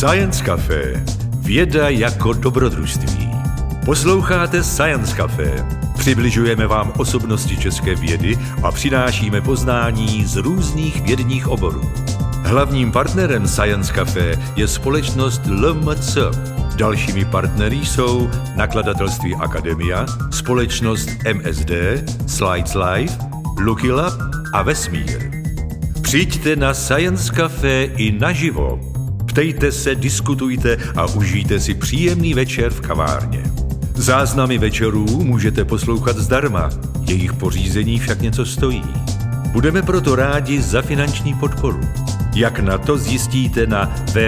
Science Café. Věda jako dobrodružství. Posloucháte Science Café. Přibližujeme vám osobnosti české vědy a přinášíme poznání z různých vědních oborů. Hlavním partnerem Science Café je společnost LMC. Dalšími partnery jsou nakladatelství Akademia, společnost MSD, Slides Live, Lucky Lab a Vesmír. Přijďte na Science Café i naživo. Ptejte se, diskutujte a užijte si příjemný večer v kavárně. Záznamy večerů můžete poslouchat zdarma, jejich pořízení však něco stojí. Budeme proto rádi za finanční podporu. Jak na to zjistíte na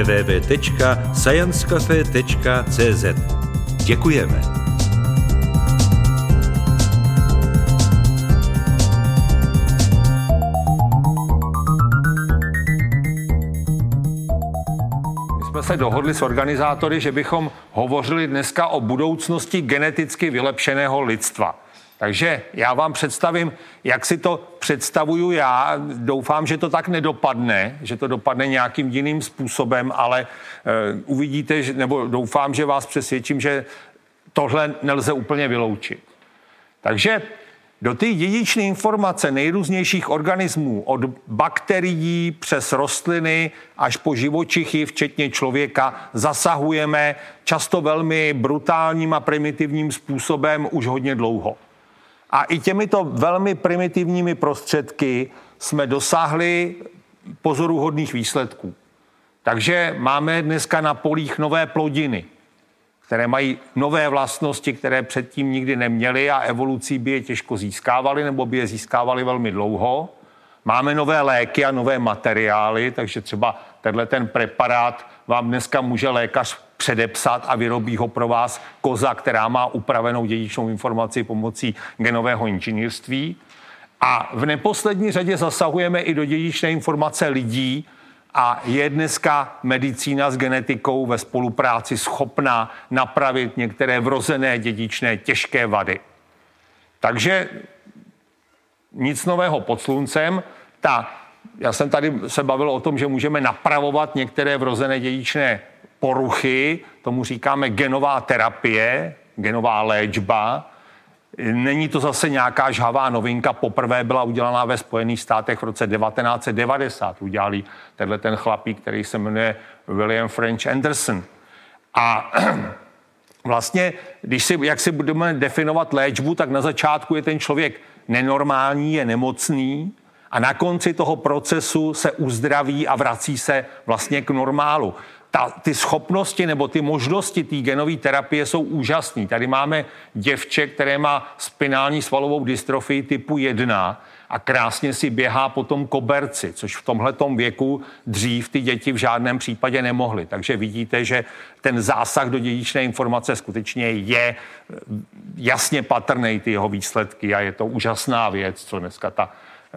www.sciencecafe.cz. Děkujeme. Jsme se dohodli s organizátory, že bychom hovořili dneska o budoucnosti geneticky vylepšeného lidstva. Takže já vám představím, jak si to představuju já. Doufám, že to tak nedopadne, že to dopadne nějakým jiným způsobem, ale uvidíte, nebo doufám, že vás přesvědčím, že tohle nelze úplně vyloučit. Takže do té dědičné informace nejrůznějších organismů, od bakterií přes rostliny až po živočichy, včetně člověka, zasahujeme často velmi brutálním a primitivním způsobem už hodně dlouho. A i těmito velmi primitivními prostředky jsme dosáhli pozoruhodných výsledků. Takže máme dneska na polích nové plodiny, které mají nové vlastnosti, které předtím nikdy neměly a evolucí by je těžko získávali nebo by je získávali velmi dlouho. Máme nové léky a nové materiály, takže třeba ten preparát vám dneska může lékař předepsat a vyrobí ho pro vás koza, která má upravenou dědičnou informaci pomocí genového inženýrství. A v neposlední řadě zasahujeme i do dědičné informace lidí a je dneska medicína s genetikou ve spolupráci schopná napravit některé vrozené dědičné těžké vady. Takže nic nového pod sluncem. Já jsem tady se bavil o tom, že můžeme napravovat některé vrozené dědičné poruchy, tomu říkáme genová terapie, genová léčba. Není to zase nějaká žhavá novinka, poprvé byla udělaná ve Spojených státech v roce 1990. Udělali ten chlapík, který se jmenuje William French Anderson. A vlastně, jak si budeme definovat léčbu, tak na začátku je ten člověk nenormální, je nemocný a na konci toho procesu se uzdraví a vrací se vlastně k normálu. Ty schopnosti nebo ty možnosti té genové terapie jsou úžasné. Tady máme děvče, které má spinální svalovou dystrofii typu 1 a krásně si běhá po tom koberci, což v tomhletom věku dřív ty děti v žádném případě nemohly. Takže vidíte, že ten zásah do dědičné informace skutečně je jasně patrný, ty jeho výsledky, a je to úžasná věc, co dneska ta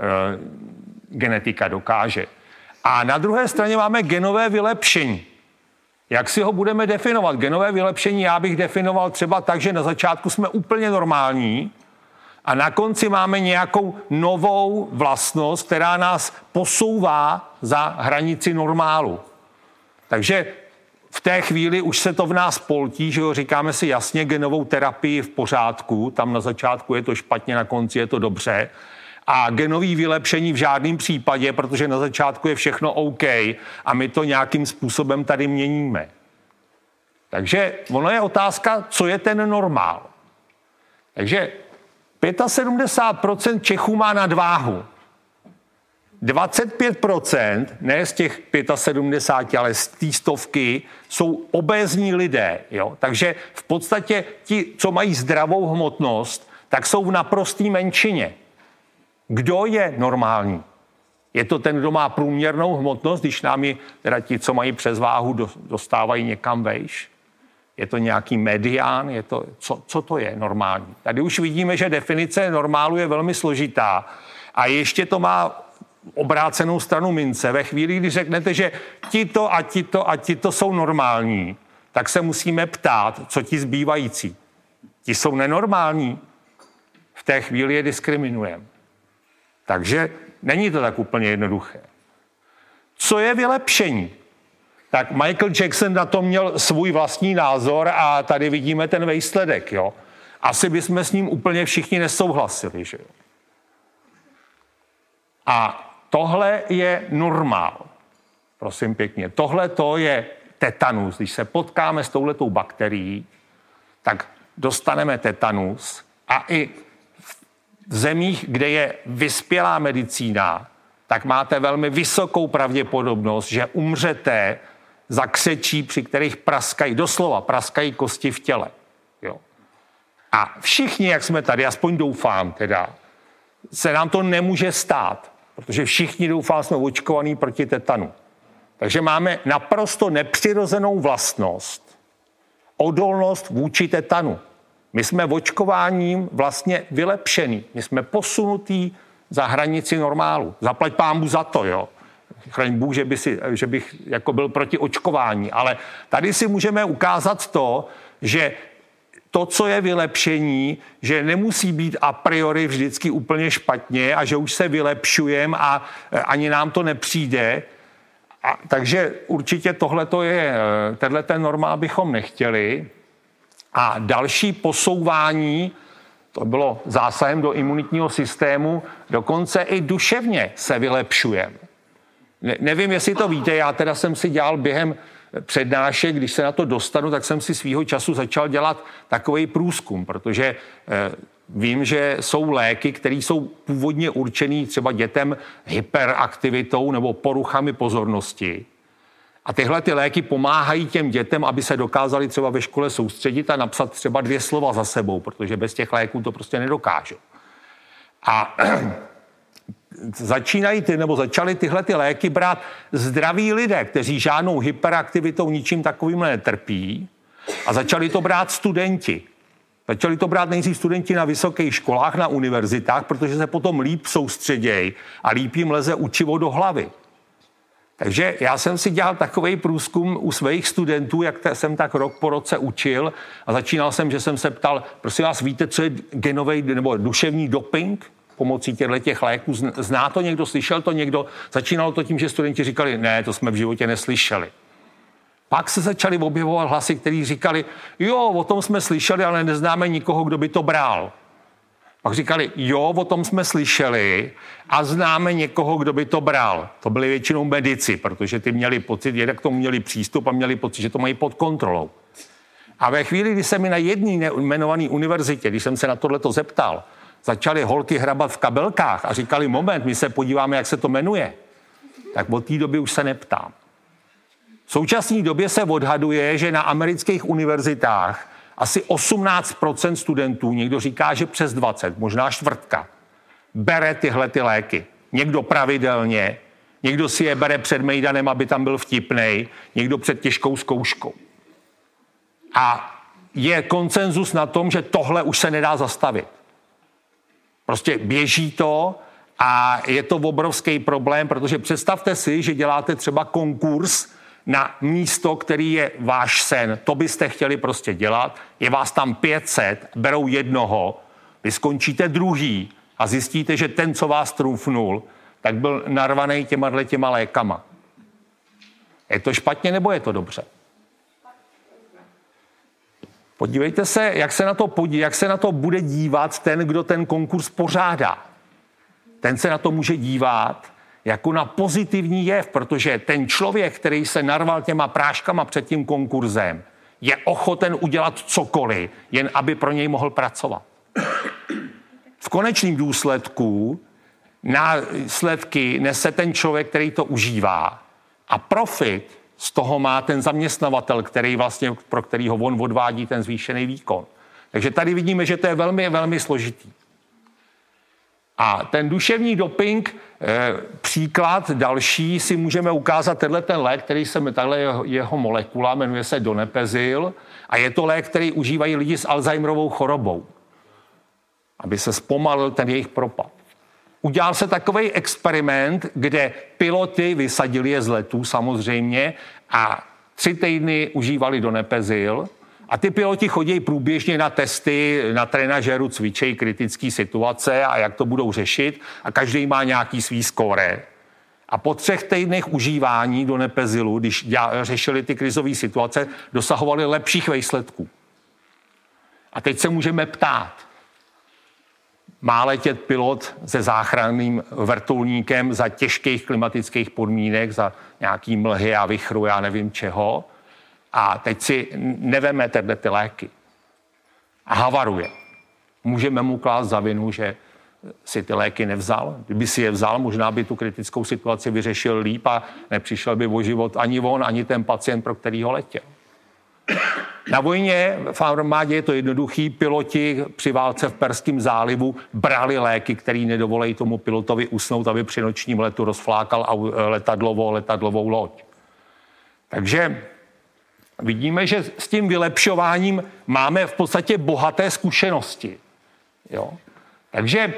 genetika dokáže. A na druhé straně máme genové vylepšení. Jak si ho budeme definovat? Genové vylepšení já bych definoval třeba tak, že na začátku jsme úplně normální a na konci máme nějakou novou vlastnost, která nás posouvá za hranici normálu. Takže v té chvíli už se to v nás poltí, že jo, říkáme si jasně genovou terapii v pořádku, tam na začátku je to špatně, na konci je to dobře. A genový vylepšení v žádném případě, protože na začátku je všechno OK a my to nějakým způsobem tady měníme. Takže ono je otázka, co je ten normál. Takže 75% Čechů má nadváhu. 25%, ne z těch 75, ale z té stovky, jsou obézní lidé. Jo? Takže v podstatě ti, co mají zdravou hmotnost, tak jsou v naprosté menšině. Kdo je normální? Je to ten, kdo má průměrnou hmotnost, když nám ji teda ti, co mají přezváhu, dostávají někam vejš? Je to nějaký medián? Co to je normální? Tady už vidíme, že definice normálu je velmi složitá a ještě to má obrácenou stranu mince. Ve chvíli, kdy řeknete, že tito a tito a tito jsou normální, tak se musíme ptát, co ti zbývající. Ti jsou nenormální. V té chvíli je diskriminujeme. Takže není to tak úplně jednoduché. Co je vylepšení? Tak Michael Jackson na to měl svůj vlastní názor a tady vidíme ten výsledek, jo. Asi bychom s ním úplně všichni nesouhlasili, že jo. A tohle je normál. Prosím pěkně. Tohle to je tetanus. Když se potkáme s touhletou bakterií, tak dostaneme tetanus a i v zemích, kde je vyspělá medicína, tak máte velmi vysokou pravděpodobnost, že umřete za křečí, při kterých doslova praskají kosti v těle. Jo. A všichni, jak jsme tady, aspoň doufám teda, se nám to nemůže stát, protože všichni doufám jsme očkovaní proti tetanu. Takže máme naprosto nepřirozenou vlastnost, odolnost vůči tetanu. My jsme očkováním vlastně vylepšený. My jsme posunutý za hranici normálu. Zaplať pánbůh za to, jo. Chraň Bůh, že bych jako byl proti očkování. Ale tady si můžeme ukázat to, že to, co je vylepšení, že nemusí být a priori vždycky úplně špatně a že už se vylepšujeme a ani nám to nepřijde. Takže určitě tenhle ten normál bychom nechtěli. A další posouvání, to bylo zásahem do imunitního systému, dokonce i duševně se vylepšujeme. Nevím, jestli to víte, já teda jsem si dělal během přednášek, když se na to dostanu, tak jsem si svýho času začal dělat takový průzkum, protože vím, že jsou léky, které jsou původně určený třeba dětem hyperaktivitou nebo poruchami pozornosti. A tyhle ty léky pomáhají těm dětem, aby se dokázali třeba ve škole soustředit a napsat třeba 2 slova za sebou, protože bez těch léků to prostě nedokážou. A začali tyhle ty léky brát zdraví lidé, kteří žádnou hyperaktivitou ničím takovým netrpí, a začali to brát studenti. Začali to brát nejdřív studenti na vysokých školách, na univerzitách, protože se potom líp soustředějí a líp jim leze učivo do hlavy. Takže já jsem si dělal takovej průzkum u svých studentů, jak jsem tak rok po roce učil, a začínal jsem, že jsem se ptal, prosím vás, víte, co je genový nebo duševní doping pomocí těchto léků? Zná to někdo, slyšel to někdo? Začínalo to tím, že studenti říkali, ne, to jsme v životě neslyšeli. Pak se začaly objevovat hlasy, kteří říkali, jo, o tom jsme slyšeli, ale neznáme nikoho, kdo by to bral. Pak říkali, jo, o tom jsme slyšeli a známe někoho, kdo by to bral. To byli většinou medici, protože ty měli pocit, jednak k tomu měli přístup a měli pocit, že to mají pod kontrolou. A ve chvíli, kdy se mi na jedné jmenované univerzitě, když jsem se na tohleto zeptal, začaly holky hrabat v kabelkách a říkali, moment, my se podíváme, jak se to jmenuje, tak od té doby už se neptám. V současné době se odhaduje, že na amerických univerzitách asi 18% studentů, někdo říká, že přes 20, možná čtvrtka, bere tyhle ty léky. Někdo pravidelně, někdo si je bere před mejdanem, aby tam byl vtipnej, někdo před těžkou zkouškou. A je konsenzus na tom, že tohle už se nedá zastavit. Prostě běží to a je to obrovský problém, protože představte si, že děláte třeba konkurs na místo, který je váš sen. To byste chtěli prostě dělat. Je vás tam 500, berou jednoho, vy skončíte druhý a zjistíte, že ten, co vás trůfnul, tak byl narvaný těma lékama. Je to špatně nebo je to dobře? Podívejte se, jak se na to bude dívat ten, kdo ten konkurs pořádá. Ten se na to může dívat jako na pozitivní jev, protože ten člověk, který se narval těma práškama před tím konkurzem, je ochoten udělat cokoliv, jen aby pro něj mohl pracovat. V konečném důsledku následky nese ten člověk, který to užívá, a profit z toho má ten zaměstnavatel, pro kterýho on odvádí ten zvýšený výkon. Takže tady vidíme, že to je velmi, velmi složitý. A ten duševní doping, příklad další, si můžeme ukázat ten lék, který tahle jeho molekula, jmenuje se Donepezil, a je to lék, který užívají lidi s Alzheimerovou chorobou, aby se zpomalil ten jejich propad. Udělal se takový experiment, kde piloty vysadili je z letů samozřejmě a 3 týdny užívali Donepezil. A ty piloti chodí průběžně na testy, na trenažéru cvičejí kritické situace a jak to budou řešit, a každý má nějaký svý skóre. A po 3 týdnech užívání do Nepezilu, když řešili ty krizové situace, dosahovali lepších výsledků. A teď se můžeme ptát, má letět pilot se záchranným vrtulníkem za těžkých klimatických podmínek, za nějaký mlhy a vichru, já nevím čeho, a teď si neveme ty léky a havaruje. Můžeme mu klást za vinu, že si ty léky nevzal. Kdyby si je vzal, možná by tu kritickou situaci vyřešil líp a nepřišel by o život ani on, ani ten pacient, pro který ho letěl. Na vojně v armádě je to jednoduchý. Piloti při válce v Perském zálivu brali léky, které nedovolí tomu pilotovi usnout, aby při nočním letu rozflákal letadlovou loď. Takže vidíme, že s tím vylepšováním máme v podstatě bohaté zkušenosti. Jo? Takže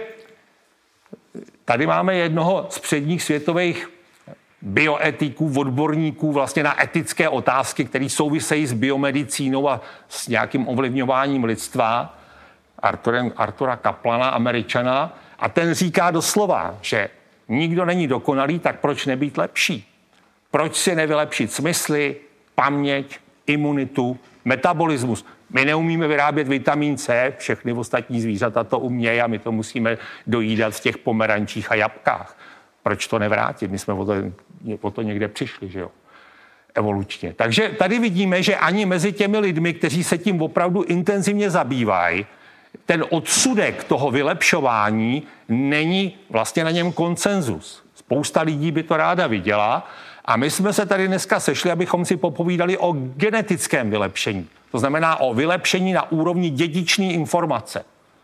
tady máme jednoho z předních světových bioetiků, odborníků vlastně na etické otázky, které souvisejí s biomedicínou a s nějakým ovlivňováním lidstva, Artura Kaplana, Američana, a ten říká doslova, že nikdo není dokonalý, tak proč nebýt lepší? Proč si nevylepšit smysly, paměť, imunitu, metabolismus? My neumíme vyrábět vitamin C, všechny ostatní zvířata to umějí a my to musíme dojídat v těch pomerančích a jabkách. Proč to nevrátit? My jsme o to někde přišli, že jo? Evolučně. Takže tady vidíme, že ani mezi těmi lidmi, kteří se tím opravdu intenzivně zabývají, ten odsudek toho vylepšování není vlastně na něm konsenzus. Spousta lidí by to ráda viděla a my jsme se tady dneska sešli, abychom si popovídali o genetickém vylepšení. To znamená o vylepšení na úrovni dědičné informace.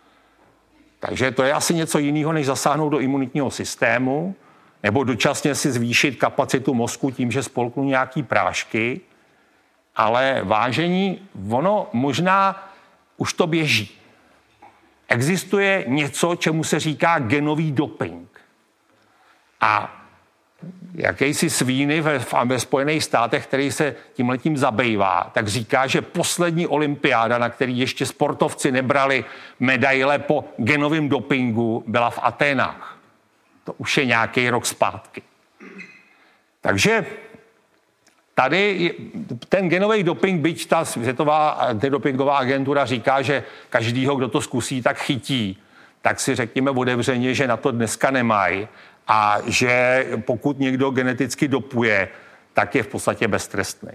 Takže to je asi něco jiného, než zasáhnout do imunitního systému, nebo dočasně si zvýšit kapacitu mozku tím, že spolknu nějaký prášky. Ale vážení, ono možná už to běží. Existuje něco, čemu se říká genový doping. A jakýsi svíny ve Spojených státech, který se tímhletím zabývá, tak říká, že poslední olympiáda, na který ještě sportovci nebrali medaile po genovém dopingu, byla v Aténách. To už je nějaký rok zpátky. Takže tady ten genový doping, byť ta světová antidopingová agentura říká, že každýho, kdo to zkusí, tak chytí, tak si řekněme otevřeně, že na to dneska nemají a že pokud někdo geneticky dopuje, tak je v podstatě beztrestný.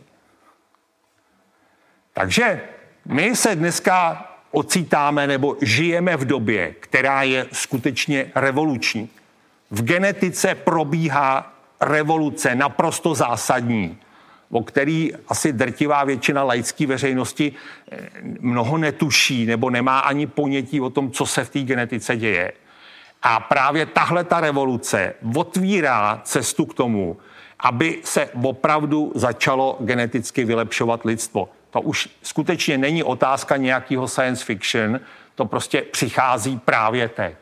Takže my se dneska ocitáme nebo žijeme v době, která je skutečně revoluční. V genetice probíhá revoluce naprosto zásadní, o který asi drtivá většina laické veřejnosti mnoho netuší nebo nemá ani ponětí o tom, co se v té genetice děje. A právě tahle ta revoluce otvírá cestu k tomu, aby se opravdu začalo geneticky vylepšovat lidstvo. To už skutečně není otázka nějakého science fiction, to prostě přichází právě teď.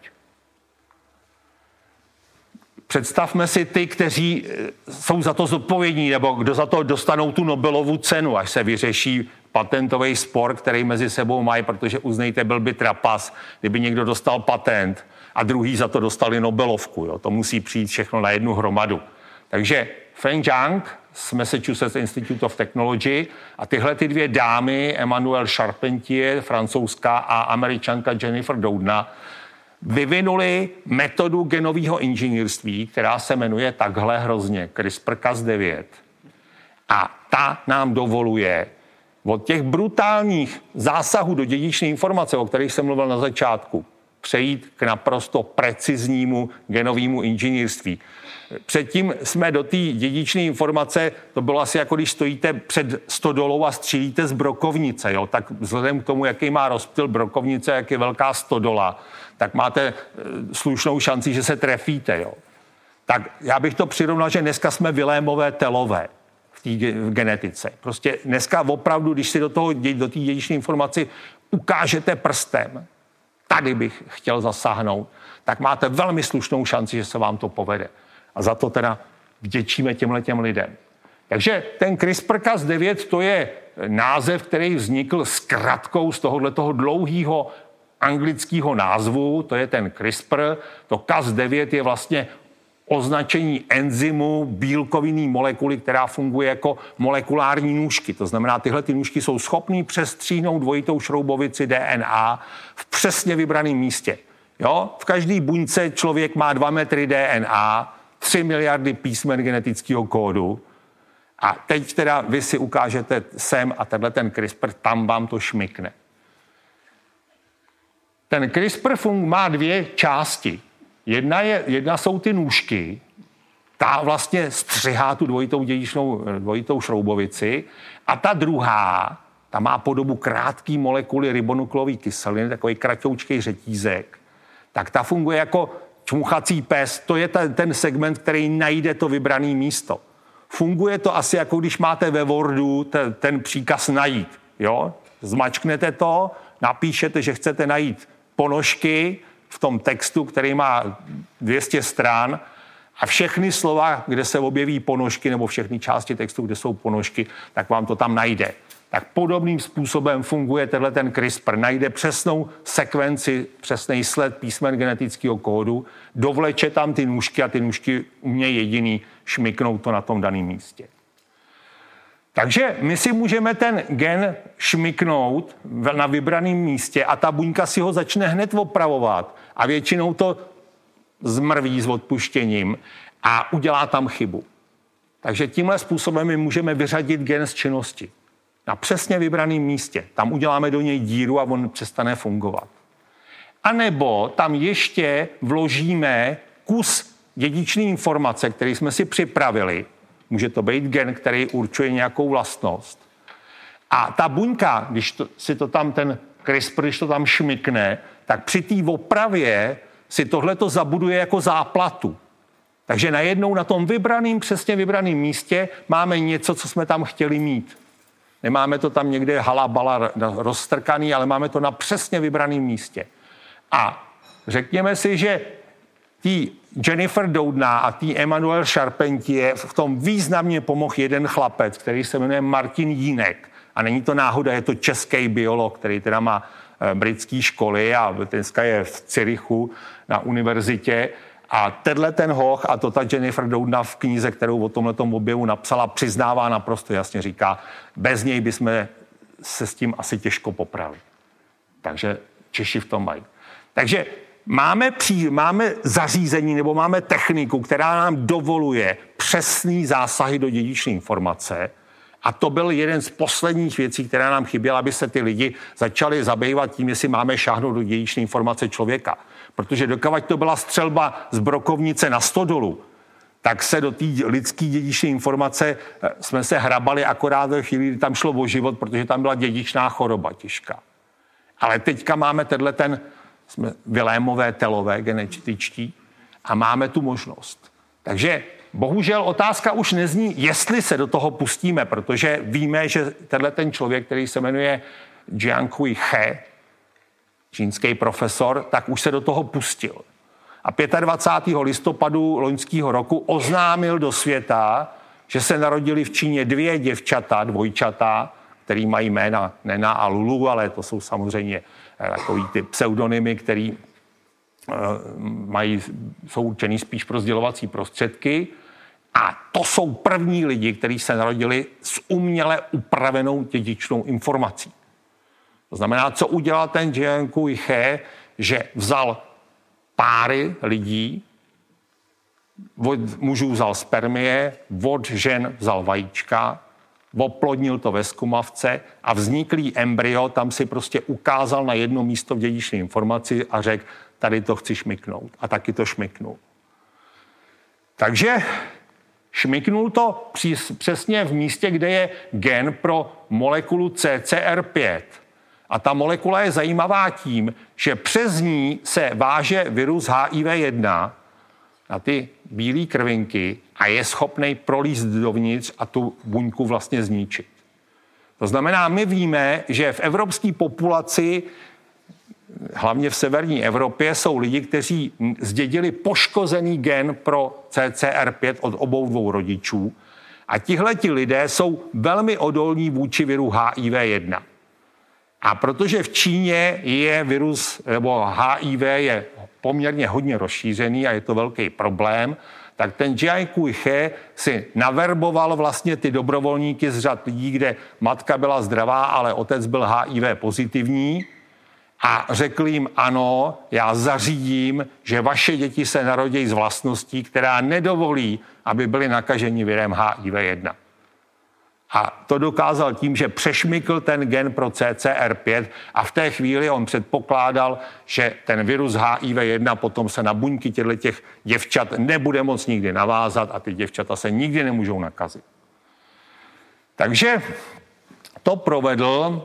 Představme si ty, kteří jsou za to zodpovědní, nebo kdo za to dostanou tu Nobelovu cenu, až se vyřeší patentový spor, který mezi sebou mají, protože uznejte, byl by trapas, kdyby někdo dostal patent a druhý za to dostali Nobelovku. Jo? To musí přijít všechno na jednu hromadu. Takže Feng Zhang z Massachusetts Institute of Technology a tyhle ty dvě dámy, Emmanuelle Charpentier, francouzská, a Američanka Jennifer Doudna, vyvinuli metodu genového inženýrství, která se jmenuje takhle hrozně CRISPR-Cas9. A ta nám dovoluje od těch brutálních zásahů do dědičné informace, o kterých jsem mluvil na začátku, přejít k naprosto preciznímu genovému inženýrství. Předtím jsme do té dědičné informace, to bylo asi jako když stojíte před stodolou a střílíte z brokovnice, jo? Tak vzhledem k tomu, jaký má rozptyl brokovnice, jak je velká stodola, tak máte slušnou šanci, že se trefíte. Jo? Tak já bych to přirovnal, že dneska jsme Vilémové telové v té genetice. Prostě dneska opravdu, když si do té dědičné informaci ukážete prstem, tady bych chtěl zasáhnout, tak máte velmi slušnou šanci, že se vám to povede. A za to teda vděčíme těmhletěm lidem. Takže ten CRISPR-Cas9 to je název, který vznikl zkratkou z tohoto dlouhého anglického názvu, to je ten CRISPR, to Cas9 je vlastně označení enzymu bílkovinné molekuly, která funguje jako molekulární nůžky. To znamená, tyhle ty nůžky jsou schopný přestříhnout dvojitou šroubovici DNA v přesně vybraném místě. Jo? V každé buňce člověk má 2 metry DNA, 3 miliardy písmen genetického kódu a teď teda vy si ukážete sem a tenhle ten CRISPR, tam vám to šmykne. Ten CRISPR má 2 části. Jedna jsou ty nůžky, ta vlastně střihá tu dvojitou šroubovici a ta druhá, ta má podobu krátké molekuly ribonuklové kyseliny, takový kratoučký řetízek, tak ta funguje jako čmuchací pes, to je ten segment, který najde to vybrané místo. Funguje to asi jako když máte ve Wordu ten příkaz najít. Jo? Zmačknete to, napíšete, že chcete najít ponožky v tom textu, který má 200 stran a všechny slova, kde se objeví ponožky nebo všechny části textu, kde jsou ponožky, tak vám to tam najde. Tak podobným způsobem funguje ten CRISPR. Najde přesnou sekvenci, přesný sled písmen genetického kódu, dovleče tam ty nůžky a ty nůžky umějí jediný šmyknout to na tom daném místě. Takže my si můžeme ten gen šmyknout na vybraném místě a ta buňka si ho začne hned opravovat a většinou to zmrví s odpuštěním a udělá tam chybu. Takže tímhle způsobem my můžeme vyřadit gen z činnosti. Na přesně vybraném místě. Tam uděláme do něj díru a on přestane fungovat. A nebo tam ještě vložíme kus dědičné informace, který jsme si připravili. Může to být gen, který určuje nějakou vlastnost. A ta buňka, když si to tam ten CRISPR, když to tam šmykne, tak při té opravě si tohleto zabuduje jako záplatu. Takže najednou na tom přesně vybraném místě máme něco, co jsme tam chtěli mít. Nemáme to tam někde halabala rozstrkaný, ale máme to na přesně vybraném místě. A řekněme si, že tý Jennifer Doudna a tý Emmanuel Charpentier v tom významně pomohl jeden chlapec, který se jmenuje Martin Jínek. A není to náhoda, je to český biolog, který teda má britské školy a dneska je v Curychu na univerzitě. A ten hoch, a to ta Jennifer Doudna v knize, kterou o tomhletom objevu napsala, přiznává naprosto jasně, říká, bez něj bychom se s tím asi těžko poprali. Takže Češi v tom mají. Takže máme zařízení nebo máme techniku, která nám dovoluje přesný zásahy do dědičné informace. A to byl jeden z posledních věcí, která nám chyběla, aby se ty lidi začali zabývat tím, jestli máme šáhnout do dědičné informace člověka. Protože dokud to byla střelba z brokovnice na stodolu, tak se do té lidské dědičné informace jsme se hrabali akorát do chvíli, kdy tam šlo o život, protože tam byla dědičná choroba těžká. Ale teďka máme jsme Vilémové telové genetičtí a máme tu možnost. Takže bohužel otázka už nezní, jestli se do toho pustíme, protože víme, že ten člověk, který se jmenuje Jiankui He, čínský profesor, tak už se do toho pustil. A 25. listopadu loňského roku oznámil do světa, že se narodili v Číně 2 dvojčata, který mají jména Nena a Lulu, ale to jsou samozřejmě takový ty pseudonymy, který jsou určený spíš pro sdělovací prostředky. A to jsou první lidi, kteří se narodili s uměle upravenou dědičnou informací. To znamená, co udělal ten Jiankui He, že vzal páry lidí, od mužů vzal spermie, od žen vzal vajíčka, oplodnil to ve zkumavce a vzniklý embryo tam si prostě ukázal na jedno místo v dědičné informaci a řekl, tady to chci šmyknout. A taky to šmyknul. Takže šmyknul to přesně v místě, kde je gen pro molekulu CCR5. A ta molekula je zajímavá tím, že přes ní se váže virus HIV-1 na ty bílé krvinky a je schopný prolízt dovnitř a tu buňku vlastně zničit. To znamená, my víme, že v evropské populaci, hlavně v severní Evropě, jsou lidi, kteří zdědili poškozený gen pro CCR5 od obou dvou rodičů a tihleti lidé jsou velmi odolní vůči viru HIV-1. A protože v Číně je virus, nebo HIV je poměrně hodně rozšířený a je to velký problém, tak ten Jiang Kui-he si naverboval vlastně ty dobrovolníky z řad lidí, kde matka byla zdravá, ale otec byl HIV pozitivní a řekl jim ano, já zařídím, že vaše děti se narodí s vlastností, která nedovolí, aby byly nakaženi virem HIV-1. A to dokázal tím, že přešmykl ten gen pro CCR5 a v té chvíli on předpokládal, že ten virus HIV-1 potom se na buňky těch děvčat nebude moc nikdy navázat a ty děvčata se nikdy nemůžou nakazit. Takže to provedl.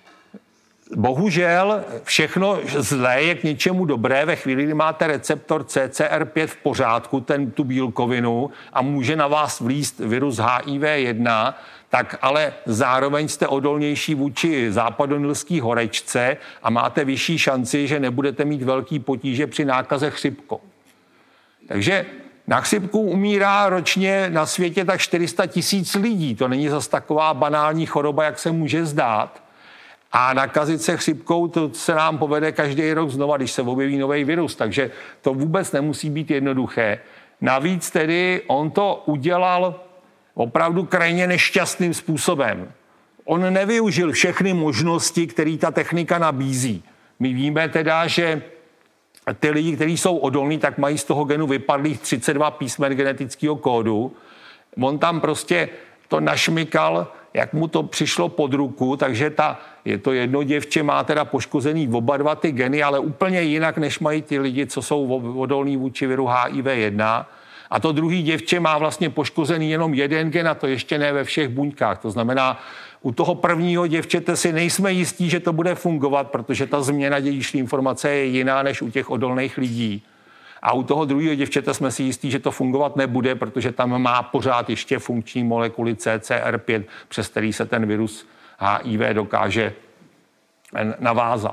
Bohužel všechno zlé je k něčemu dobré ve chvíli, kdy máte receptor CCR5 v pořádku, tu bílkovinu a může na vás vlízt virus HIV-1, tak ale zároveň jste odolnější vůči západonilské horečce a máte vyšší šanci, že nebudete mít velký potíže při nákaze chřipkou. Takže na chřipku umírá ročně na světě tak 400 000 lidí. To není zas taková banální choroba, jak se může zdát. A nakazit se chřipkou, to se nám povede každý rok znova, když se objeví nový virus. Takže to vůbec nemusí být jednoduché. Navíc tedy on to udělal opravdu krajně nešťastným způsobem. On nevyužil všechny možnosti, které ta technika nabízí. My víme teda, že ty lidi, kteří jsou odolní, tak mají z toho genu vypadlých 32 písmen genetického kódu. On tam prostě to našmykal, jak mu to přišlo pod ruku, takže je to jedno děvče, má teda poškozený oba dva ty geny, ale úplně jinak, než mají ty lidi, co jsou odolní vůči viru HIV-1. A to druhý děvče má vlastně poškozený jenom jeden gen a to ještě ne ve všech buňkách. To znamená, u toho prvního děvčete si nejsme jistí, že to bude fungovat, protože ta změna dědičné informace je jiná než u těch odolných lidí. A u toho druhého děvčete jsme si jistí, že to fungovat nebude, protože tam má pořád ještě funkční molekuly CCR5, přes který se ten virus HIV dokáže navázat.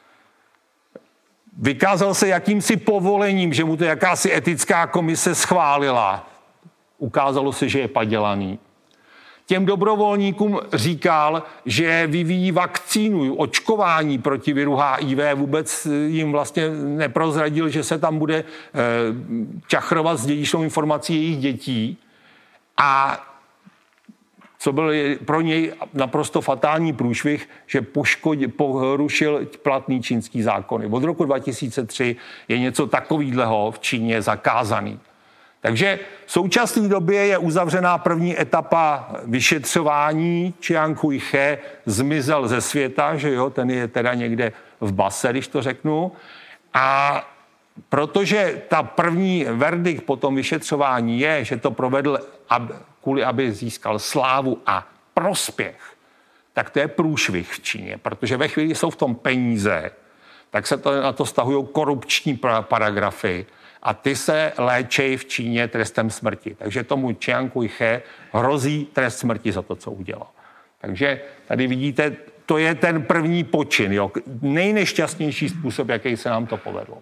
Vykázal se jakýmsi povolením, že mu to jakási etická komise schválila. Ukázalo se, že je padělaný. Těm dobrovolníkům říkal, že vyvíjí vakcínu, očkování proti viru HIV. Vůbec jim vlastně neprozradil, že se tam bude čachrovat s dědičnou informací jejich dětí. A co byl pro něj naprosto fatální průšvih, že porušil platný čínský zákony. Od roku 2003 je něco takového v Číně zakázaný. Takže v současné době je uzavřená první etapa vyšetřování. Jiang Kui-he zmizel ze světa, že jo, ten je teda někde v base, když to řeknu. A protože ta první verdikt po tom vyšetřování je, že to provedl kvůli, aby získal slávu a prospěch, tak to je průšvih v Číně, protože ve chvíli jsou v tom peníze, tak se na to stahují korupční paragrafy a ty se léčejí v Číně trestem smrti. Takže tomu Jiang Kui-he hrozí trest smrti za to, co udělal. Takže tady vidíte, to je ten první počin, jo? Nejnešťastnější způsob, jaký se nám to povedlo.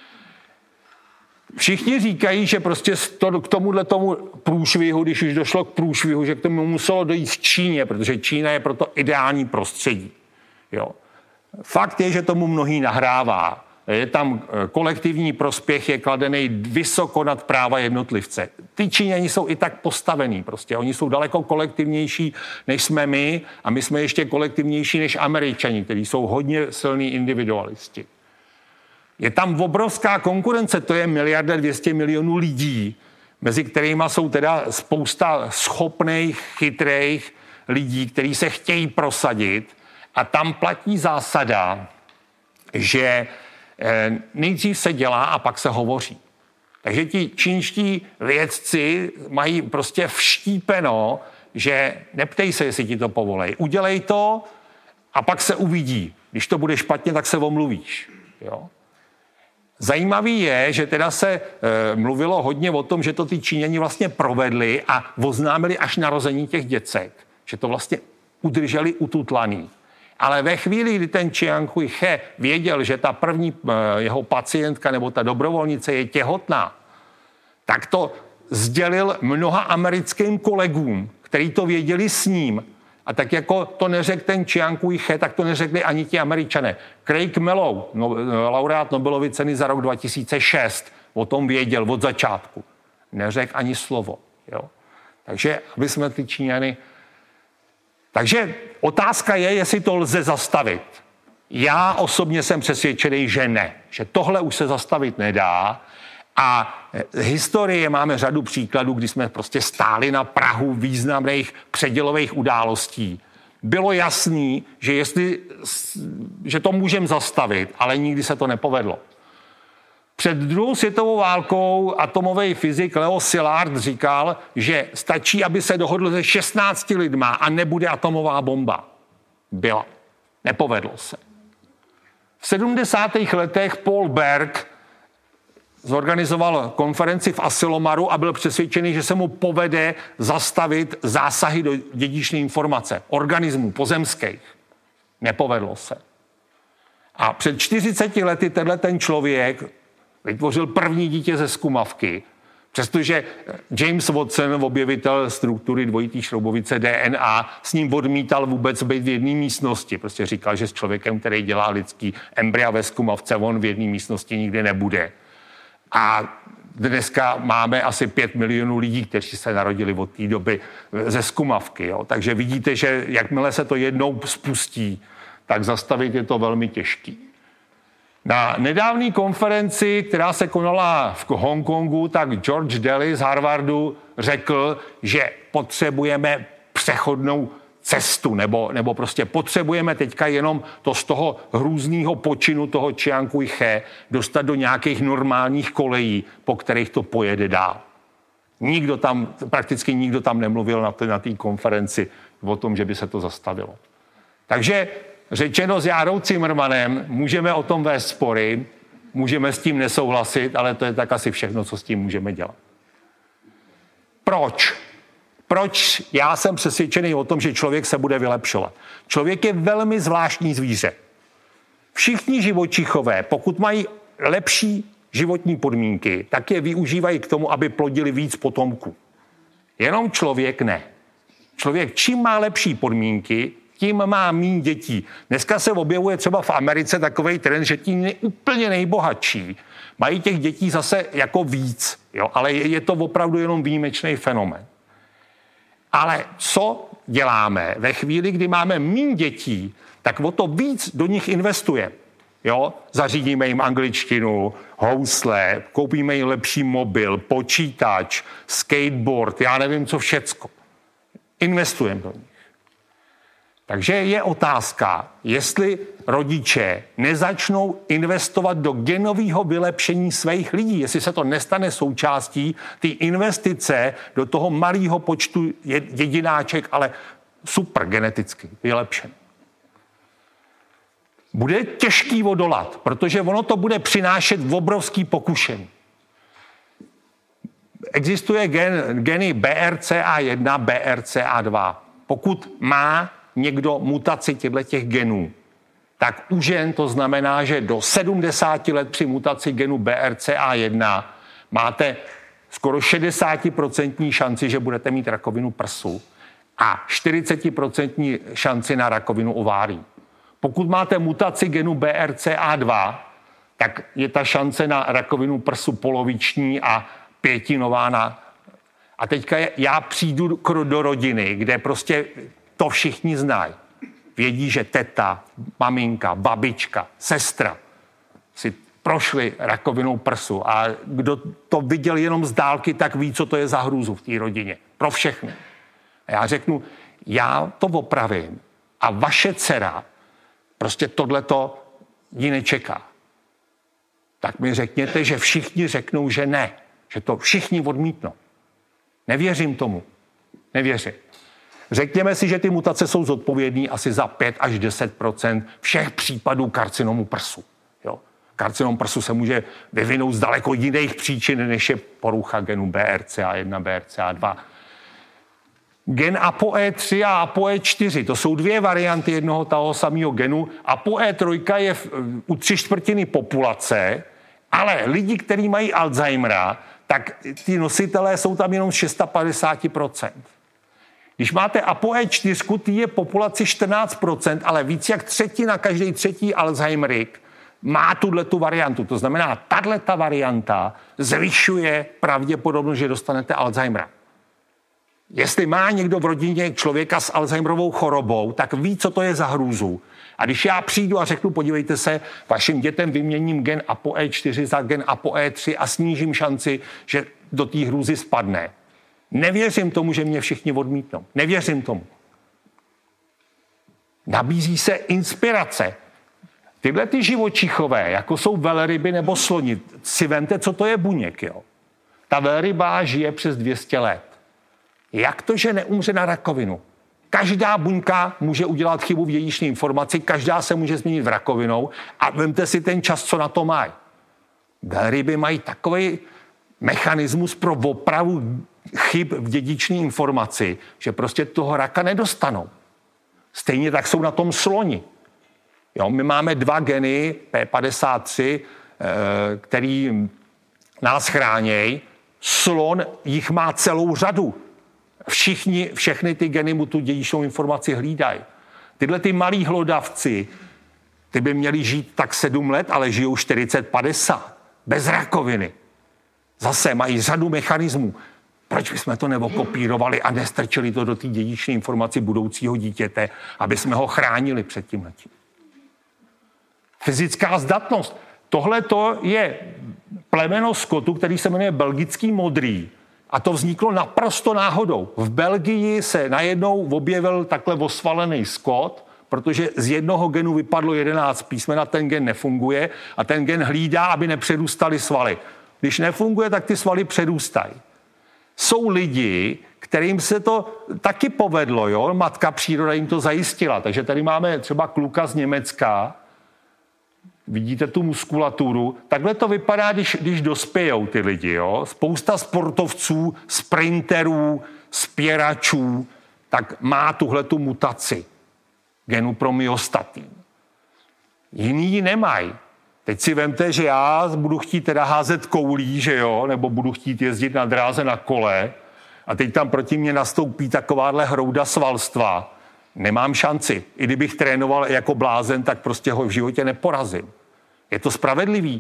Všichni říkají, že prostě k tomu průšvihu, když už došlo k průšvihu, že k tomu muselo dojít v Číně, protože Čína je proto ideální prostředí. Jo. Fakt je, že tomu mnohý nahrává. Je tam kolektivní prospěch, je kladený vysoko nad práva jednotlivce. Ty Číňani jsou i tak postavený prostě. Oni jsou daleko kolektivnější, než jsme my a my jsme ještě kolektivnější než Američani, kteří jsou hodně silní individualisti. Je tam obrovská konkurence, to je 1,2 miliardy lidí, mezi kterými jsou teda spousta schopných, chytrých lidí, kteří se chtějí prosadit a tam platí zásada, že nejdřív se dělá a pak se hovoří. Takže ti čínští vědci mají prostě vštípeno, že neptej se, jestli ti to povolej. Udělej to a pak se uvidí. Když to bude špatně, tak se omluvíš. Jo? Zajímavý je, že teda se mluvilo hodně o tom, že to ty Číňani vlastně provedli a oznámili až narození těch děcek. Že to vlastně udrželi ututlaný. Ale ve chvíli, kdy ten Jiang Kui-he věděl, že ta první jeho pacientka nebo ta dobrovolnice je těhotná, tak to sdělil mnoha americkým kolegům, kteří to věděli s ním. A tak jako to neřekl ten Jiang Kui-he, tak to neřekli ani ti Američané. Craig Mello, laureát Nobelovy ceny za rok 2006, o tom věděl od začátku. Neřekl ani slovo. Jo? Takže, aby jsme ty Číňany... Takže otázka je, jestli to lze zastavit. Já osobně jsem přesvědčený, že ne. Že tohle už se zastavit nedá. A historie máme řadu příkladů, kdy jsme prostě stáli na prahu významných předělových událostí. Bylo jasný, že to můžeme zastavit, ale nikdy se to nepovedlo. Před druhou světovou válkou atomový fyzik Leo Szilard říkal, že stačí, aby se dohodl se 16 lidma a nebude atomová bomba. Byla. Nepovedlo se. V 70. letech Paul Berg zorganizoval konferenci v Asilomar a byl přesvědčený, že se mu povede zastavit zásahy do dědičné informace, organismů pozemských. Nepovedlo se. A před 40 lety ten člověk vytvořil první dítě ze zkumavky, přestože James Watson, objevitel struktury dvojitý šroubovice DNA, s ním odmítal vůbec být v jedné místnosti. Prostě říkal, že s člověkem, který dělá lidský embrya ve zkumavce, on v jedné místnosti nikdy nebude. A dneska máme asi 5 milionů lidí, kteří se narodili od té doby ze zkumavky. Jo? Takže vidíte, že jakmile se to jednou spustí, tak zastavit je to velmi těžký. Na nedávné konferenci, která se konala v Hongkongu, tak George Daly z Harvardu řekl, že potřebujeme přechodnou cestu, nebo prostě potřebujeme teďka jenom to z toho hrůzného počinu toho Chiang Kai-che dostat do nějakých normálních kolejí, po kterých to pojede dál. Prakticky nikdo tam nemluvil na té konferenci o tom, že by se to zastavilo. Takže řečeno s Járou Cimrmanem, můžeme o tom vést spory, můžeme s tím nesouhlasit, ale to je tak asi všechno, co s tím můžeme dělat. Proč já jsem přesvědčený o tom, že člověk se bude vylepšovat? Člověk je velmi zvláštní zvíře. Všichni živočichové, pokud mají lepší životní podmínky, tak je využívají k tomu, aby plodili víc potomků. Jenom člověk ne. Člověk čím má lepší podmínky, tím má méně dětí. Dneska se objevuje třeba v Americe takovej trend, že ti úplně nejbohatší mají těch dětí zase jako víc, jo? Ale je to opravdu jenom výjimečný fenomén. Ale co děláme? Ve chvíli, kdy máme méně dětí, tak o to víc do nich investujeme. Jo? Zařídíme jim angličtinu, housle, koupíme jim lepší mobil, počítač, skateboard, já nevím co všecko. Investujeme do nich. Takže je otázka, jestli rodiče nezačnou investovat do genového vylepšení svých lidí, jestli se to nestane součástí té investice do toho malého počtu jedináček, ale super geneticky vylepšen. Bude těžký odolat, protože ono to bude přinášet obrovský pokušení. Existuje geny BRCA1, BRCA2. Pokud má někdo mutaci těchto genů, tak u žen to znamená, že do 70 let při mutaci genu BRCA1 máte skoro 60% šanci, že budete mít rakovinu prsu a 40% šanci na rakovinu ovárií. Pokud máte mutaci genu BRCA2, tak je ta šance na rakovinu prsu poloviční a pětinová na... A teďka já přijdu do rodiny, kde prostě to všichni znají. Vědí, že teta, maminka, babička, sestra si prošli rakovinou prsu a kdo to viděl jenom z dálky, tak ví, co to je za hrůzu v té rodině. Pro všechny. A já řeknu, já to opravím a vaše dcera prostě tohleto ji nečeká. Tak mi řekněte, že všichni řeknou, že ne. Že to všichni odmítnou. Nevěřím tomu. Nevěřím. Řekněme si, že ty mutace jsou zodpovědné asi za 5 až 10% všech případů karcinomu prsu. Jo? Karcinom prsu se může vyvinout z daleko jiných příčin, než je porucha genu BRCA1, BRCA2. Gen ApoE3 a ApoE4, to jsou dvě varianty jednoho toho samého genu. ApoE3 je u 3/4 populace, ale lidi, kteří mají Alzheimera, tak ty nositelé jsou tam jenom z 650%. Když máte ApoE4, ty je populaci 14%, ale víc jak třetina, každý třetí Alzheimerik má tu variantu. To znamená, tato varianta zvyšuje pravděpodobnost, že dostanete Alzheimera. Jestli má někdo v rodině člověka s Alzheimerovou chorobou, tak ví, co to je za hrůzu. A když já přijdu a řeknu, podívejte se, vašim dětem vyměním gen ApoE4 za gen ApoE3 a snížím šanci, že do té hrůzy spadne. Nevěřím tomu, že mě všichni odmítnou. Nevěřím tomu. Nabízí se inspirace. Tyhle ty živočichové, jako jsou velryby nebo sloni, si vemte, co to je buněk. Jo? Ta velryba žije přes 200 let. Jak to, že neumře na rakovinu? Každá buňka může udělat chybu v dědičné informaci, každá se může změnit v rakovinou a vemte si ten čas, co na to mají. Velryby mají takový mechanismus pro opravu chyb v dědičné informaci, že prostě toho raka nedostanou. Stejně tak jsou na tom sloni. Jo, my máme 2 geny P53, který nás chránějí. Slon jich má celou řadu. Všechny ty geny mu tu dědičnou informaci hlídají. Tyhle ty malí hlodavci, ty by měli žít tak 7 let, ale žijou 40-50. Bez rakoviny. Zase mají řadu mechanismů. Proč bychom to neokopírovali a nestrčili to do té dědičné informaci budoucího dítěte, aby jsme ho chránili před tímhletím? Fyzická zdatnost. Tohle to je plemeno skotu, který se jmenuje belgický modrý. A to vzniklo naprosto náhodou. V Belgii se najednou objevil takhle osvalený skot, protože z jednoho genu vypadlo 11 písmen a ten gen nefunguje a ten gen hlídá, aby nepřerůstaly svaly. Když nefunguje, tak ty svaly přerůstají. Jsou lidi, kterým se to taky povedlo, jo? Matka příroda jim to zajistila. Takže tady máme třeba kluka z Německa, vidíte tu muskulaturu, takhle to vypadá, když dospějou ty lidi. Jo? Spousta sportovců, sprinterů, spěračů, tak má tuhletu mutaci genu pro myostatin. Jiní ji nemají. Teď si vemte, že já budu chtít teda házet koulí, že jo, nebo budu chtít jezdit na dráze na kole a teď tam proti mně nastoupí takováhle hrouda svalstva. Nemám šanci. I kdybych trénoval jako blázen, tak prostě ho v životě neporazím. Je to spravedlivý.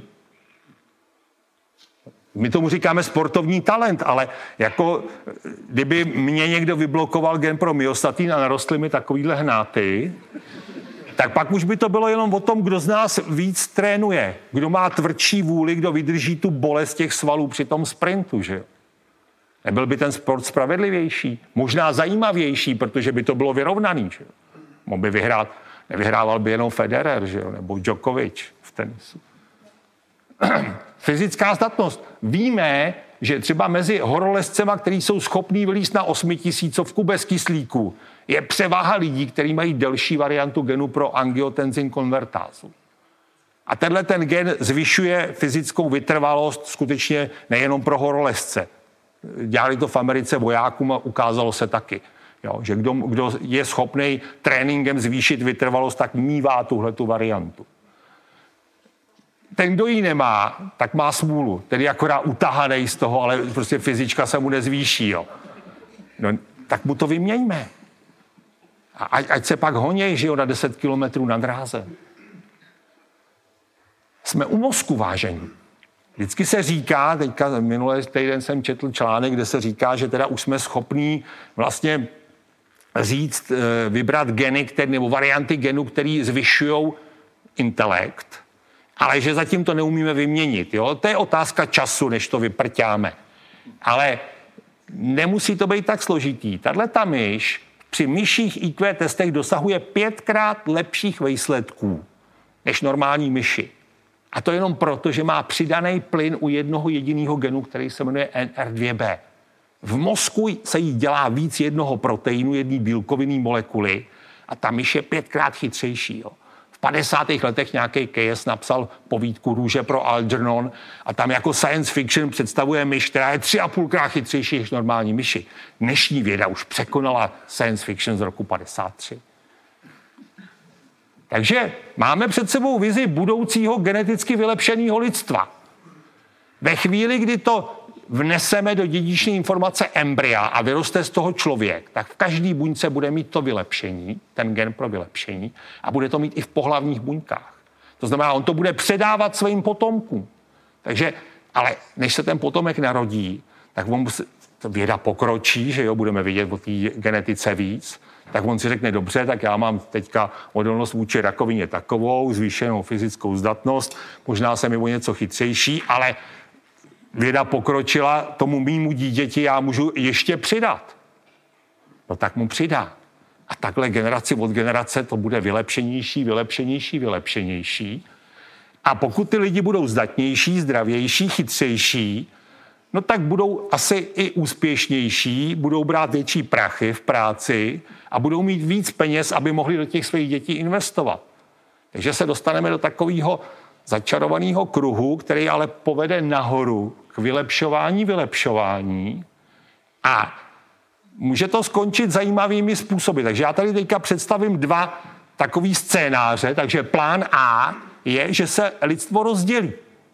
My tomu říkáme sportovní talent, ale jako kdyby mě někdo vyblokoval gen pro myostatin a narostly mi takovýhle hnáty, tak pak už by to bylo jenom o tom, kdo z nás víc trénuje. Kdo má tvrdší vůli, kdo vydrží tu bolest těch svalů při tom sprintu, že jo? Nebyl by ten sport spravedlivější, možná zajímavější, protože by to bylo vyrovnaný, že jo? Mohl by vyhrát, nevyhrával by jenom Federer, že jo? Nebo Djokovic v tenisu. Fyzická zdatnost. Víme, že třeba mezi horolezcema, kteří jsou schopní vylízt na 8000 bez kyslíku, je převaha lidí, kteří mají delší variantu genu pro angiotensin konvertázu. A tenhle ten gen zvyšuje fyzickou vytrvalost skutečně nejenom pro horolezce. Dělali to v Americe vojákům a ukázalo se taky. Jo, že kdo je schopný tréninkem zvýšit vytrvalost, tak mívá tuhletu variantu. Ten, kdo ji nemá, tak má smůlu. Tedy akorát utahanej z toho, ale prostě fyzička se mu nezvýší. Jo. No, tak mu to vyměňme. A ať se pak honěj, že jo, na 10 kilometrů na dráze. Jsme u mozku, vážení. Vždycky se říká, teďka minulý týden jsem četl článek, kde se říká, že teda už jsme schopní vlastně říct, vybrat geny, nebo varianty genů, které zvyšují intelekt, ale že zatím to neumíme vyměnit. Jo? To je otázka času, než to vyprťáme. Ale nemusí to být tak složitý. Tato myš při myších IQ testech dosahuje 5krát lepších výsledků než normální myši. A to jenom proto, že má přidaný plyn u jednoho jediného genu, který se jmenuje NR2B. V mozku se jí dělá víc jednoho proteinu, jedné bílkovinné molekuly a ta myš je 5krát chytřejší. Jo. V 50. letech nějaký Keyes napsal povídku Růže pro Algernon a tam jako science fiction představuje myš, která je 3,5krát chytřejší než normální myši. Dnešní věda už překonala science fiction z roku 53. Takže máme před sebou vizi budoucího geneticky vylepšeného lidstva. Ve chvíli, kdy to vneseme do dědičné informace embrya a vyroste z toho člověk, tak v každý buňce bude mít to vylepšení, ten gen pro vylepšení, a bude to mít i v pohlavních buňkách. To znamená, on to bude předávat svým potomkům. Takže, ale než se ten potomek narodí, tak on věda pokročí, že jo, budeme vidět o té genetice víc, tak on si řekne, dobře, tak já mám teďka odolnost vůči rakovině takovou, zvýšenou fyzickou zdatnost, možná jsem i o něco chytřejší, ale věda pokročila, tomu mýmu dítěti já můžu ještě přidat. No tak mu přidá. A takhle generaci od generace to bude vylepšenější. A pokud ty lidi budou zdatnější, zdravější, chytřejší, no tak budou asi i úspěšnější, budou brát větší prachy v práci a budou mít víc peněz, aby mohli do těch svých dětí investovat. Takže se dostaneme do takového začarovaného kruhu, který ale povede nahoru k vylepšování a může to skončit zajímavými způsoby. Takže já tady teďka představím dva takový scénáře. Takže plán A je, že se lidstvo rozdělí.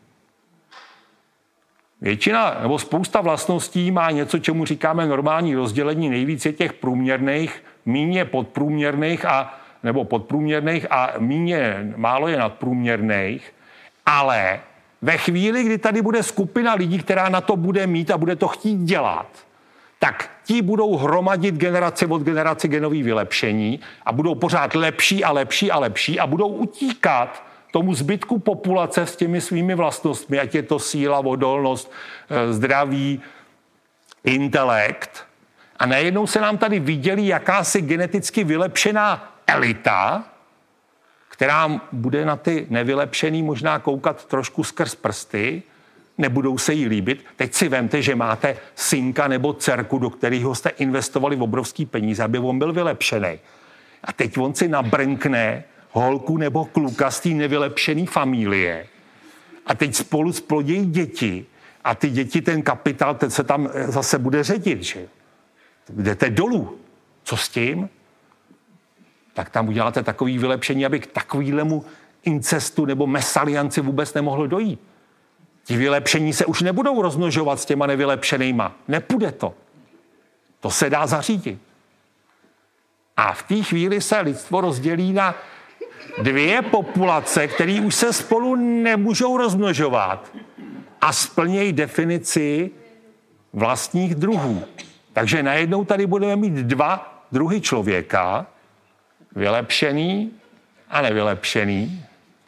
Většina nebo spousta vlastností má něco, čemu říkáme normální rozdělení. Nejvíc je těch průměrných, míně podprůměrných nebo podprůměrných a málo je nadprůměrných. Ale ve chvíli, kdy tady bude skupina lidí, která na to bude mít a bude to chtít dělat, tak ti budou hromadit generaci od generaci genový vylepšení a budou pořád lepší a budou utíkat tomu zbytku populace s těmi svými vlastnostmi, ať je to síla, odolnost, zdraví, intelekt. A najednou se nám tady vidělí jakási geneticky vylepšená elita, která bude na ty nevylepšený možná koukat trošku skrz prsty, nebudou se jí líbit. Teď si vemte, že máte synka nebo dcerku, do kterého jste investovali obrovský peníze, aby on byl vylepšený. A teď on si nabrnkne holku nebo kluka z té nevylepšené familie. A teď spolu splodí děti. A ty děti, ten kapitál, ten se tam zase bude ředit, že? Jdete dolů. Co s tím? Tak tam uděláte takový vylepšení, aby k takovému incestu nebo mesalianci vůbec nemohlo dojít. Ti vylepšení se už nebudou rozmnožovat s těma nevylepšenýma. Nepůjde to. To se dá zařídit. A v té chvíli se lidstvo rozdělí na dvě populace, které už se spolu nemůžou rozmnožovat a splnějí definici vlastních druhů. Takže najednou tady budeme mít dva druhy člověka, vylepšený a nevylepšený.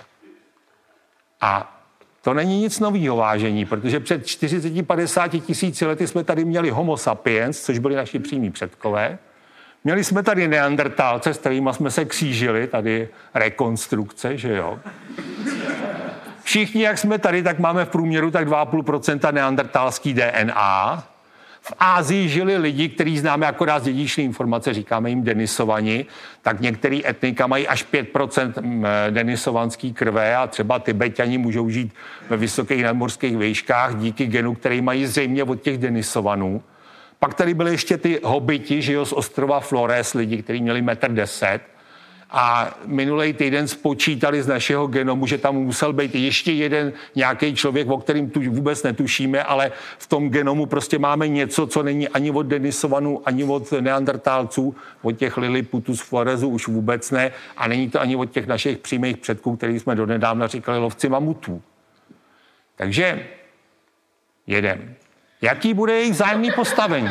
A to není nic nového, vážení, protože před 40-50 tisíci lety jsme tady měli homo sapiens, což byli naši přímí předkové. Měli jsme tady neandertálce, s kterými jsme se křížili, tady rekonstrukce, že jo. Všichni, jak jsme tady, tak máme v průměru tak 2,5% neandertálský DNA. V Ázii žili lidi, kteří známe akorát z dědičné informace, říkáme jim denisovani, tak některý etnika mají až 5% denisovanský krve a třeba Tibetani můžou žít ve vysokých nadmořských výškách díky genu, který mají zřejmě od těch denisovanů. Pak tady byly ještě ty hobiti, že jo, z ostrova Flores, lidi, kteří měli 1,10 m. A minulý týden spočítali z našeho genomu, že tam musel být ještě jeden nějaký člověk, o kterým tu vůbec netušíme, ale v tom genomu prostě máme něco, co není ani od Denisovanů, ani od neandertálců, od těch Lilliputů z Floresu už vůbec ne, a není to ani od těch našich přímých předků, kterých jsme donedávna říkali lovci mamutů. Takže jedem. Jaký bude jejich vzájemný postavení?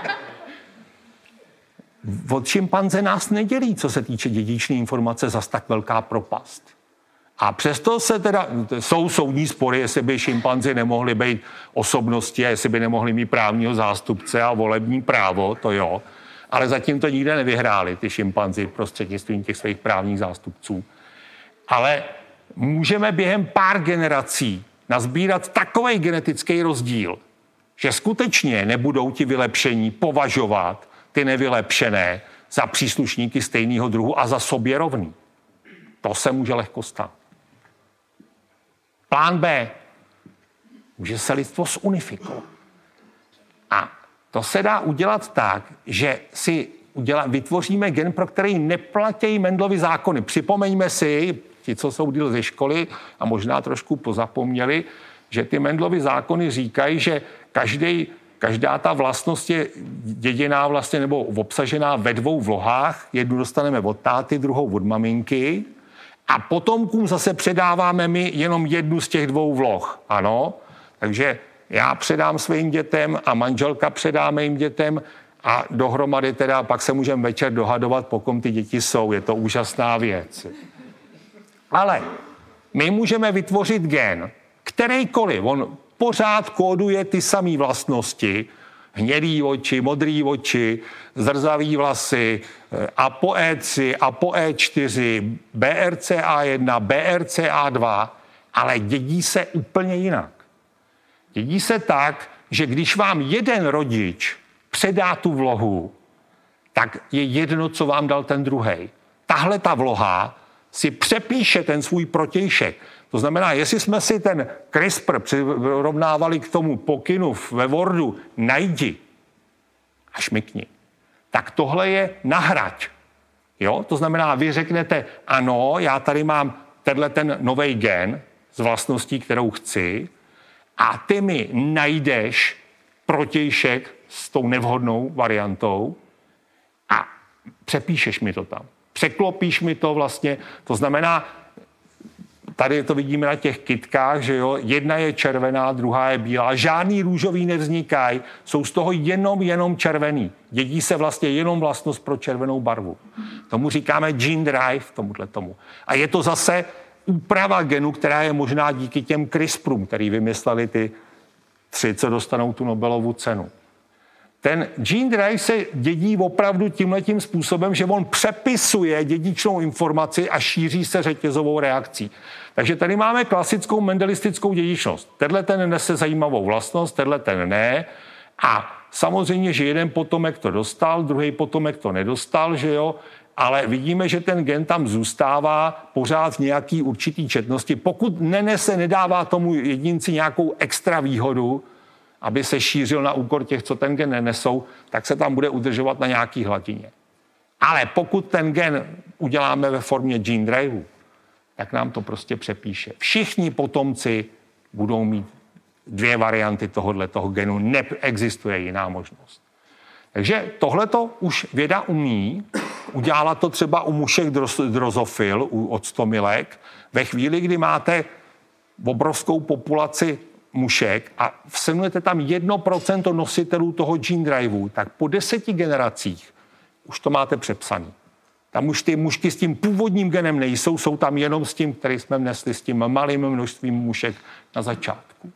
Od šimpanze nás nedělí, co se týče dědičné informace, zas tak velká propast. A přesto se teda, jsou soudní spory, jestli by šimpanzi nemohli být osobnosti a jestli by nemohli mít právního zástupce a volební právo, to jo. Ale zatím to nikde nevyhráli, ty šimpanzi, prostřednictvím těch svých právních zástupců. Ale můžeme během pár generací nazbírat takovej genetický rozdíl, že skutečně nebudou ti vylepšení považovat ty nevylepšené za příslušníky stejného druhu a za sobě rovný. To se může lehko stát. Plán B. Může se lidstvo zunifikovat. A to se dá udělat tak, že si vytvoříme gen, pro který neplatí Mendlovy zákony. Připomeňme si, ti, co jsou díl ze školy a možná trošku pozapomněli, že ty Mendlovy zákony říkají, že každá ta vlastnost je děděná vlastně nebo obsažená ve dvou vlohách. Jednu dostaneme od táty, druhou od maminky. A potomkům zase předáváme my jenom jednu z těch dvou vloh. Ano, takže já předám svým dětem a manželka předá mým dětem a dohromady teda pak se můžeme večer dohadovat, po kom ty děti jsou. Je to úžasná věc. Ale my můžeme vytvořit gen, kterýkoliv, on pořád kóduje ty samé vlastnosti, hnědý oči, modrý oči, zrzavý vlasy, ApoE3, ApoE4, BRCA1, BRCA2, ale dědí se úplně jinak. Dědí se tak, že když vám jeden rodič předá tu vlohu, tak je jedno, co vám dal ten druhej. Tahle ta vloha si přepíše ten svůj protějšek. To znamená, jestli jsme si ten CRISPR přirovnávali k tomu pokynu ve Wordu najdi a šmykni, tak tohle je nahraď. Jo? To znamená, vy řeknete, ano, já tady mám ten nový gen z vlastností, kterou chci, a ty mi najdeš protějšek s tou nevhodnou variantou a přepíšeš mi to tam. Překlopíš mi to vlastně, to znamená, tady to vidíme na těch kytkách, že jo, jedna je červená, druhá je bílá, žádný růžový nevznikají, jsou z toho jenom červený. Dědí se vlastně jenom vlastnost pro červenou barvu. Tomu říkáme gene drive, tomuhle tomu. A je to zase úprava genu, která je možná díky těm CRISPRům, který vymysleli ty 3, co dostanou tu Nobelovu cenu. Ten gene drive se dědí opravdu tímhletím způsobem, že on přepisuje dědičnou informaci a šíří se řetězovou reakcí. Takže tady máme klasickou mendelistickou dědičnost. Tenhle ten nese zajímavou vlastnost, tenhle ten ne. A samozřejmě, že jeden potomek to dostal, druhý potomek to nedostal, že jo, ale vidíme, že ten gen tam zůstává pořád v nějaký určitý četnosti. Pokud nedává tomu jedinci nějakou extra výhodu, aby se šířil na úkor těch, co ten gen nenesou, tak se tam bude udržovat na nějaký hladině. Ale pokud ten gen uděláme ve formě gene driveu, tak nám to prostě přepíše. Všichni potomci budou mít 2 varianty toho genu, neexistuje jiná možnost. Takže tohleto už věda umí, udělala to třeba u mušek drozofil, u octomilek, ve chvíli, kdy máte obrovskou populaci mušek a vsemujete tam 1% nositelů toho gene driveu, tak po 10 generacích už to máte přepsaný. Tam už ty mušky s tím původním genem nejsou, jsou tam jenom s tím, který jsme vnesli s tím malým množstvím mušek na začátku.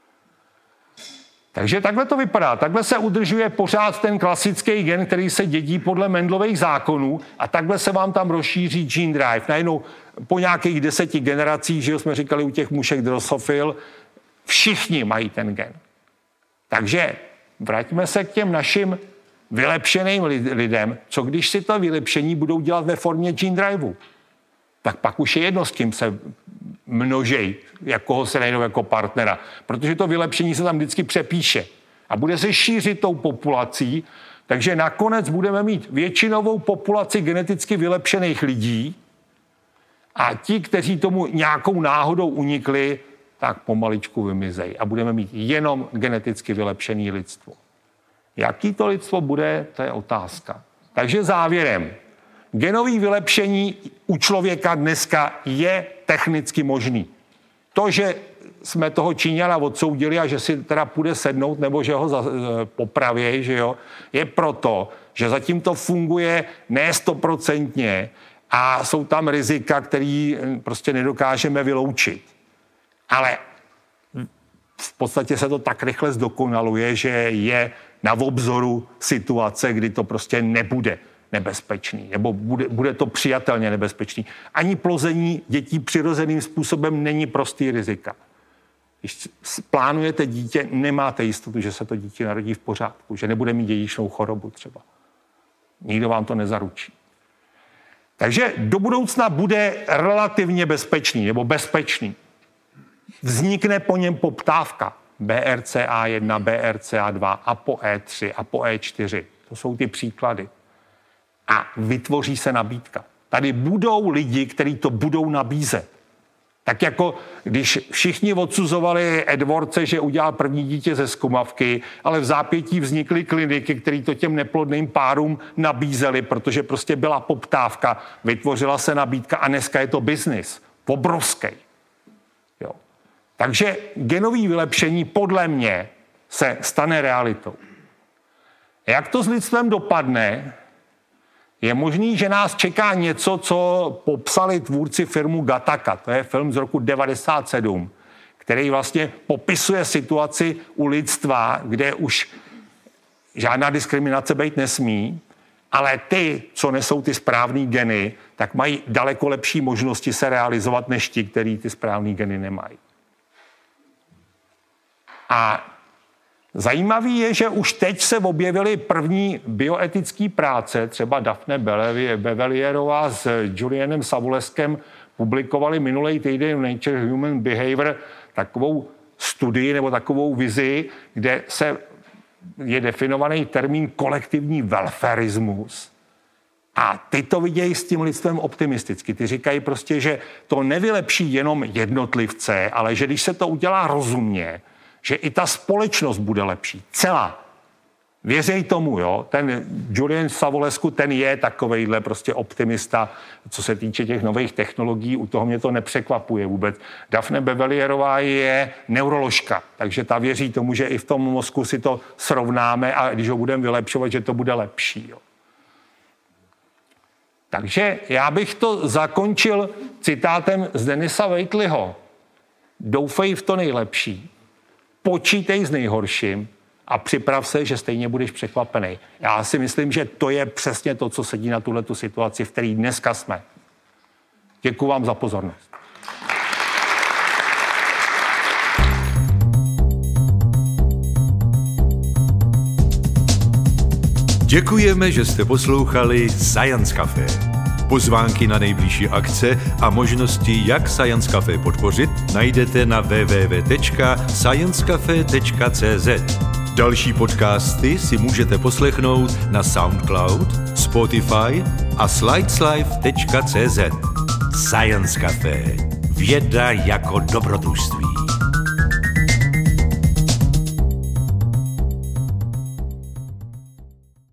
Takže takhle to vypadá. Takhle se udržuje pořád ten klasický gen, který se dědí podle Mendelových zákonů a takhle se vám tam rozšíří gene drive. Najednou po nějakých 10 generacích, že jsme říkali u těch mušek drosofil, všichni mají ten gen. Takže vraťme se k těm našim vylepšeným lidem, co když si to vylepšení budou dělat ve formě gene driveu. Tak pak už je jedno, s kým se množej, koho se najdou jako partnera. Protože to vylepšení se tam vždycky přepíše a bude se šířit tou populací, takže nakonec budeme mít většinovou populaci geneticky vylepšených lidí a ti, kteří tomu nějakou náhodou unikli, tak pomaličku vymizejí a budeme mít jenom geneticky vylepšené lidstvo. Jaký to lidstvo bude, to je otázka. Takže závěrem. Genové vylepšení u člověka dneska je technicky možný. To, že jsme toho Číňana odsoudili a že si teda půjde sednout nebo že ho popravějí, že jo, je proto, že zatím to funguje ne 100% a jsou tam rizika, které prostě nedokážeme vyloučit. Ale v podstatě se to tak rychle zdokonaluje, že je na obzoru situace, kdy to prostě nebude nebezpečný, nebo bude to přijatelně nebezpečný. Ani plození dětí přirozeným způsobem není prostý rizika. Když plánujete dítě, nemáte jistotu, že se to dítě narodí v pořádku, že nebude mít dědičnou chorobu třeba. Nikdo vám to nezaručí. Takže do budoucna bude relativně bezpečný, nebo bezpečný. Vznikne po něm poptávka. BRCA1, BRCA2, ApoE3, ApoE4. To jsou ty příklady. A vytvoří se nabídka. Tady budou lidi, kteří to budou nabízet. Tak jako když všichni odsuzovali Edwardse, že udělal první dítě ze zkumavky, ale v zápětí vznikly kliniky, které to těm neplodným párům nabízely, protože prostě byla poptávka, vytvořila se nabídka a dneska je to biznis. Obrovský. Jo. Takže genové vylepšení podle mě se stane realitou. Jak to s lidstvem dopadne, je možný, že nás čeká něco, co popsali tvůrci filmu Gattaca. To je film z roku 1997, který vlastně popisuje situaci u lidstva, kde už žádná diskriminace být nesmí, ale ty, co nesou ty správný geny, tak mají daleko lepší možnosti se realizovat než ti, který ty správný geny nemají. A zajímavý je, že už teď se objevily první bioetické práce, třeba Daphne Bevelierová s Julianem Savuleskem publikovali minulý týden v Nature Human Behavior takovou studii nebo takovou vizi, kde je definovaný termín kolektivní welfarismus. A ty to vidějí s tím lidstvem optimisticky. Ty říkají prostě, že to nevylepší jenom jednotlivce, ale že když se to udělá rozumně, že i ta společnost bude lepší. Celá. Věřej tomu, jo. Ten Julian Savulesku, ten je takovejhle prostě optimista, co se týče těch nových technologií, u toho mě to nepřekvapuje vůbec. Daphne Bevelierová je neuroložka, takže ta věří tomu, že i v tom mozku si to srovnáme a když ho budeme vylepšovat, že to bude lepší, jo. Takže já bych to zakončil citátem z Denisa Waitleyho. Doufej v to nejlepší. Počítej s nejhorším a připrav se, že stejně budeš překvapený. Já si myslím, že to je přesně to, co sedí na tuhletu situaci, v které dneska jsme. Děkuji vám za pozornost. Děkujeme, že jste poslouchali Science Café. Pozvánky na nejbližší akce a možnosti, jak Science Café podpořit, najdete na www.sciencecafe.cz. Další podcasty si můžete poslechnout na SoundCloud, Spotify a slideslife.cz. Science Café. Věda jako dobrodružství.